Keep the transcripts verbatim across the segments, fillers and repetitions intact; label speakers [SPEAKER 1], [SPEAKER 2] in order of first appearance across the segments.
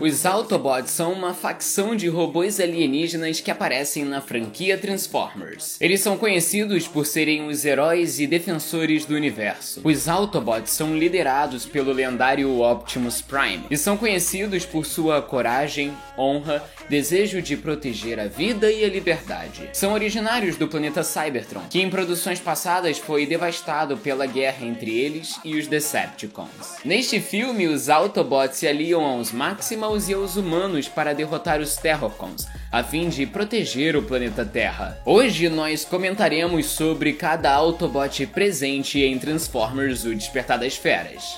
[SPEAKER 1] Os Autobots são uma facção de robôs alienígenas que aparecem na franquia Transformers. Eles são conhecidos por serem os heróis e defensores do universo. Os Autobots são liderados pelo lendário Optimus Prime e são conhecidos por sua coragem, honra, desejo de proteger a vida e a liberdade. São originários do planeta Cybertron, que em produções passadas foi devastado pela guerra entre eles e os Decepticons. Neste filme, os Autobots se aliam aos Maximals e aos humanos para derrotar os Terrorcons, a fim de proteger o planeta Terra. Hoje nós comentaremos sobre cada Autobot presente em Transformers: O Despertar das Feras.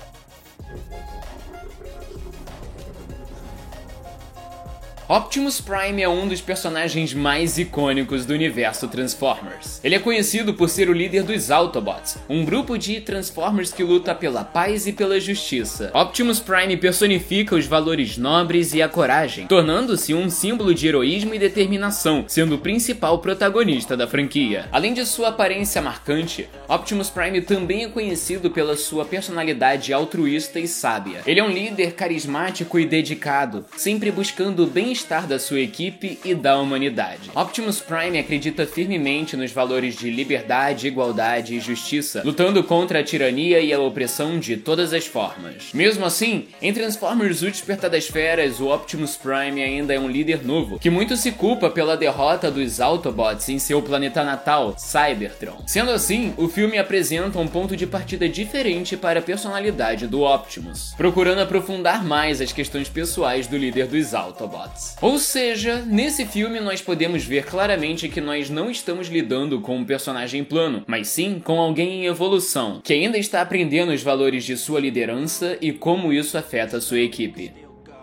[SPEAKER 1] Optimus Prime é um dos personagens mais icônicos do universo Transformers. Ele é conhecido por ser o líder dos Autobots, um grupo de Transformers que luta pela paz e pela justiça. Optimus Prime personifica os valores nobres e a coragem, tornando-se um símbolo de heroísmo e determinação, sendo o principal protagonista da franquia. Além de sua aparência marcante, Optimus Prime também é conhecido pela sua personalidade altruísta e sábia. Ele é um líder carismático e dedicado, sempre buscando o bem-estar da sua equipe e da humanidade. Optimus Prime acredita firmemente nos valores de liberdade, igualdade e justiça, lutando contra a tirania e a opressão de todas as formas. Mesmo assim, em Transformers: O Despertar das Feras, o Optimus Prime ainda é um líder novo, que muito se culpa pela derrota dos Autobots em seu planeta natal, Cybertron. Sendo assim, o filme apresenta um ponto de partida diferente para a personalidade do Optimus, procurando aprofundar mais as questões pessoais do líder dos Autobots. Ou seja, nesse filme nós podemos ver claramente que nós não estamos lidando com um personagem plano, mas sim com alguém em evolução, que ainda está aprendendo os valores de sua liderança e como isso afeta a sua equipe.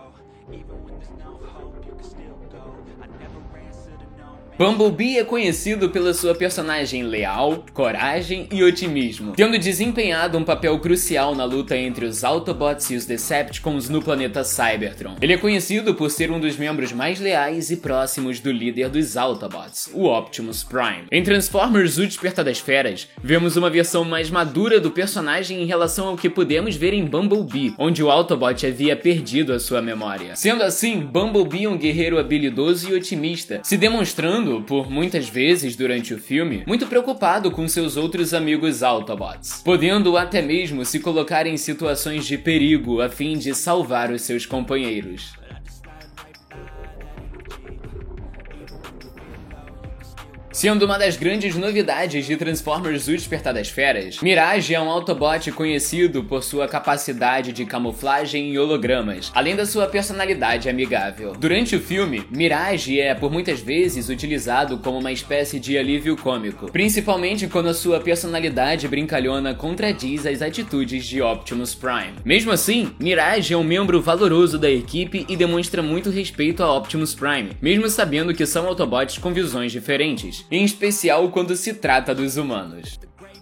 [SPEAKER 1] Bumblebee é conhecido pela sua personagem leal, coragem e otimismo, tendo desempenhado um papel crucial na luta entre os Autobots e os Decepticons no planeta Cybertron. Ele é conhecido por ser um dos membros mais leais e próximos do líder dos Autobots, o Optimus Prime. Em Transformers: O Despertar das Feras, vemos uma versão mais madura do personagem em relação ao que podemos ver em Bumblebee, onde o Autobot havia perdido a sua memória. Sendo assim, Bumblebee é um guerreiro habilidoso e otimista, se demonstrando por muitas vezes durante o filme, muito preocupado com seus outros amigos Autobots, podendo até mesmo se colocar em situações de perigo a fim de salvar os seus companheiros. Sendo uma das grandes novidades de Transformers: O Despertar das Feras, Mirage é um Autobot conhecido por sua capacidade de camuflagem e hologramas, além da sua personalidade amigável. Durante o filme, Mirage é por muitas vezes utilizado como uma espécie de alívio cômico, principalmente quando a sua personalidade brincalhona contradiz as atitudes de Optimus Prime. Mesmo assim, Mirage é um membro valoroso da equipe e demonstra muito respeito a Optimus Prime, mesmo sabendo que são Autobots com visões diferentes, em especial quando se trata dos humanos.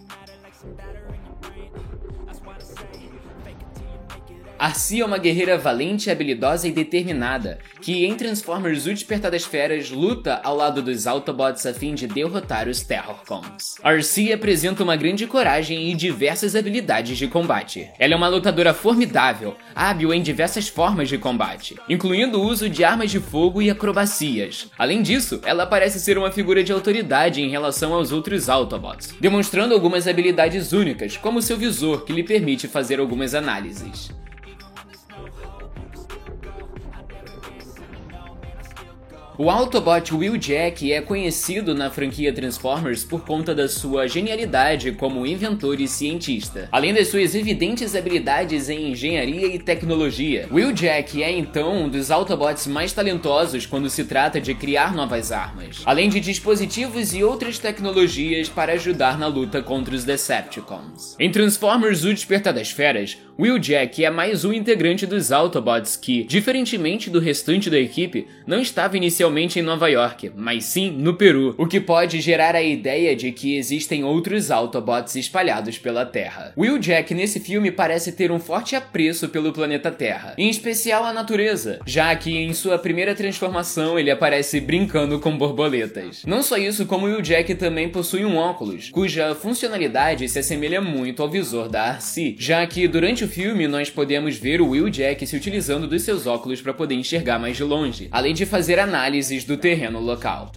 [SPEAKER 1] Arcee é uma guerreira valente, habilidosa e determinada, que em Transformers: O Despertar das Feras luta ao lado dos Autobots a fim de derrotar os Terrorcons. Arcee apresenta uma grande coragem e diversas habilidades de combate. Ela é uma lutadora formidável, hábil em diversas formas de combate, incluindo o uso de armas de fogo e acrobacias. Além disso, ela parece ser uma figura de autoridade em relação aos outros Autobots, demonstrando algumas habilidades únicas, como seu visor, que lhe permite fazer algumas análises. O Autobot Wheeljack é conhecido na franquia Transformers por conta da sua genialidade como inventor e cientista, além das suas evidentes habilidades em engenharia e tecnologia. Wheeljack é então um dos Autobots mais talentosos quando se trata de criar novas armas, além de dispositivos e outras tecnologias para ajudar na luta contra os Decepticons. Em Transformers: O Despertar das Feras, Wheeljack é mais um integrante dos Autobots que, diferentemente do restante da equipe, não estava inicialmente oficialmente em Nova York, mas sim no Peru, o que pode gerar a ideia de que existem outros Autobots espalhados pela Terra. Wheeljack nesse filme parece ter um forte apreço pelo planeta Terra, em especial a natureza, já que em sua primeira transformação ele aparece brincando com borboletas. Não só isso, como Wheeljack também possui um óculos, cuja funcionalidade se assemelha muito ao visor da R C, já que durante o filme nós podemos ver o Wheeljack se utilizando dos seus óculos para poder enxergar mais de longe, além de fazer análises do terreno local.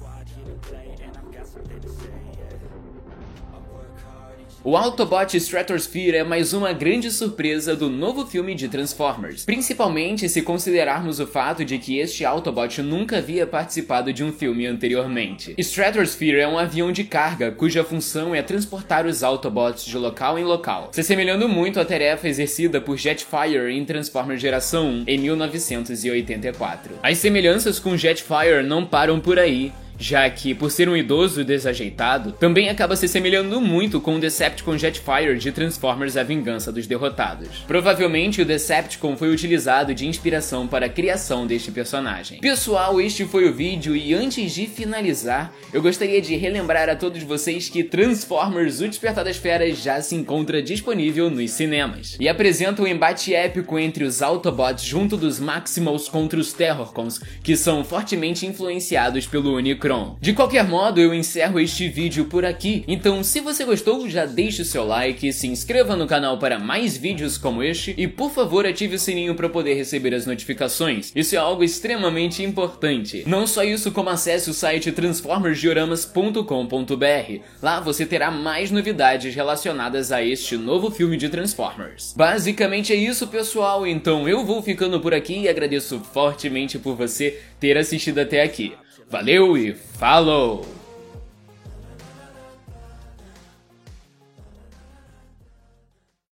[SPEAKER 1] O Autobot Stratosphere é mais uma grande surpresa do novo filme de Transformers, principalmente se considerarmos o fato de que este Autobot nunca havia participado de um filme anteriormente. Stratosphere é um avião de carga cuja função é transportar os Autobots de local em local, se assemelhando muito à tarefa exercida por Jetfire em Transformers Geração um em mil novecentos e oitenta e quatro. As semelhanças com Jetfire não param por aí, já que, por ser um idoso desajeitado, também acaba se semelhando muito com o Decepticon Jetfire de Transformers A Vingança dos Derrotados. Provavelmente o Decepticon foi utilizado de inspiração para a criação deste personagem. Pessoal, este foi o vídeo e antes de finalizar, eu gostaria de relembrar a todos vocês que Transformers O Despertar das Feras já se encontra disponível nos cinemas e apresenta um embate épico entre os Autobots junto dos Maximals contra os Terrorcons, que são fortemente influenciados pelo Unicron. De qualquer modo, eu encerro este vídeo por aqui, então se você gostou, já deixe o seu like, se inscreva no canal para mais vídeos como este e por favor ative o sininho para poder receber as notificações, isso é algo extremamente importante. Não só isso, como acesse o site transformers dioramas ponto com ponto br, lá você terá mais novidades relacionadas a este novo filme de Transformers. Basicamente é isso, pessoal, então eu vou ficando por aqui e agradeço fortemente por você ter assistido até aqui. Valeu e falou!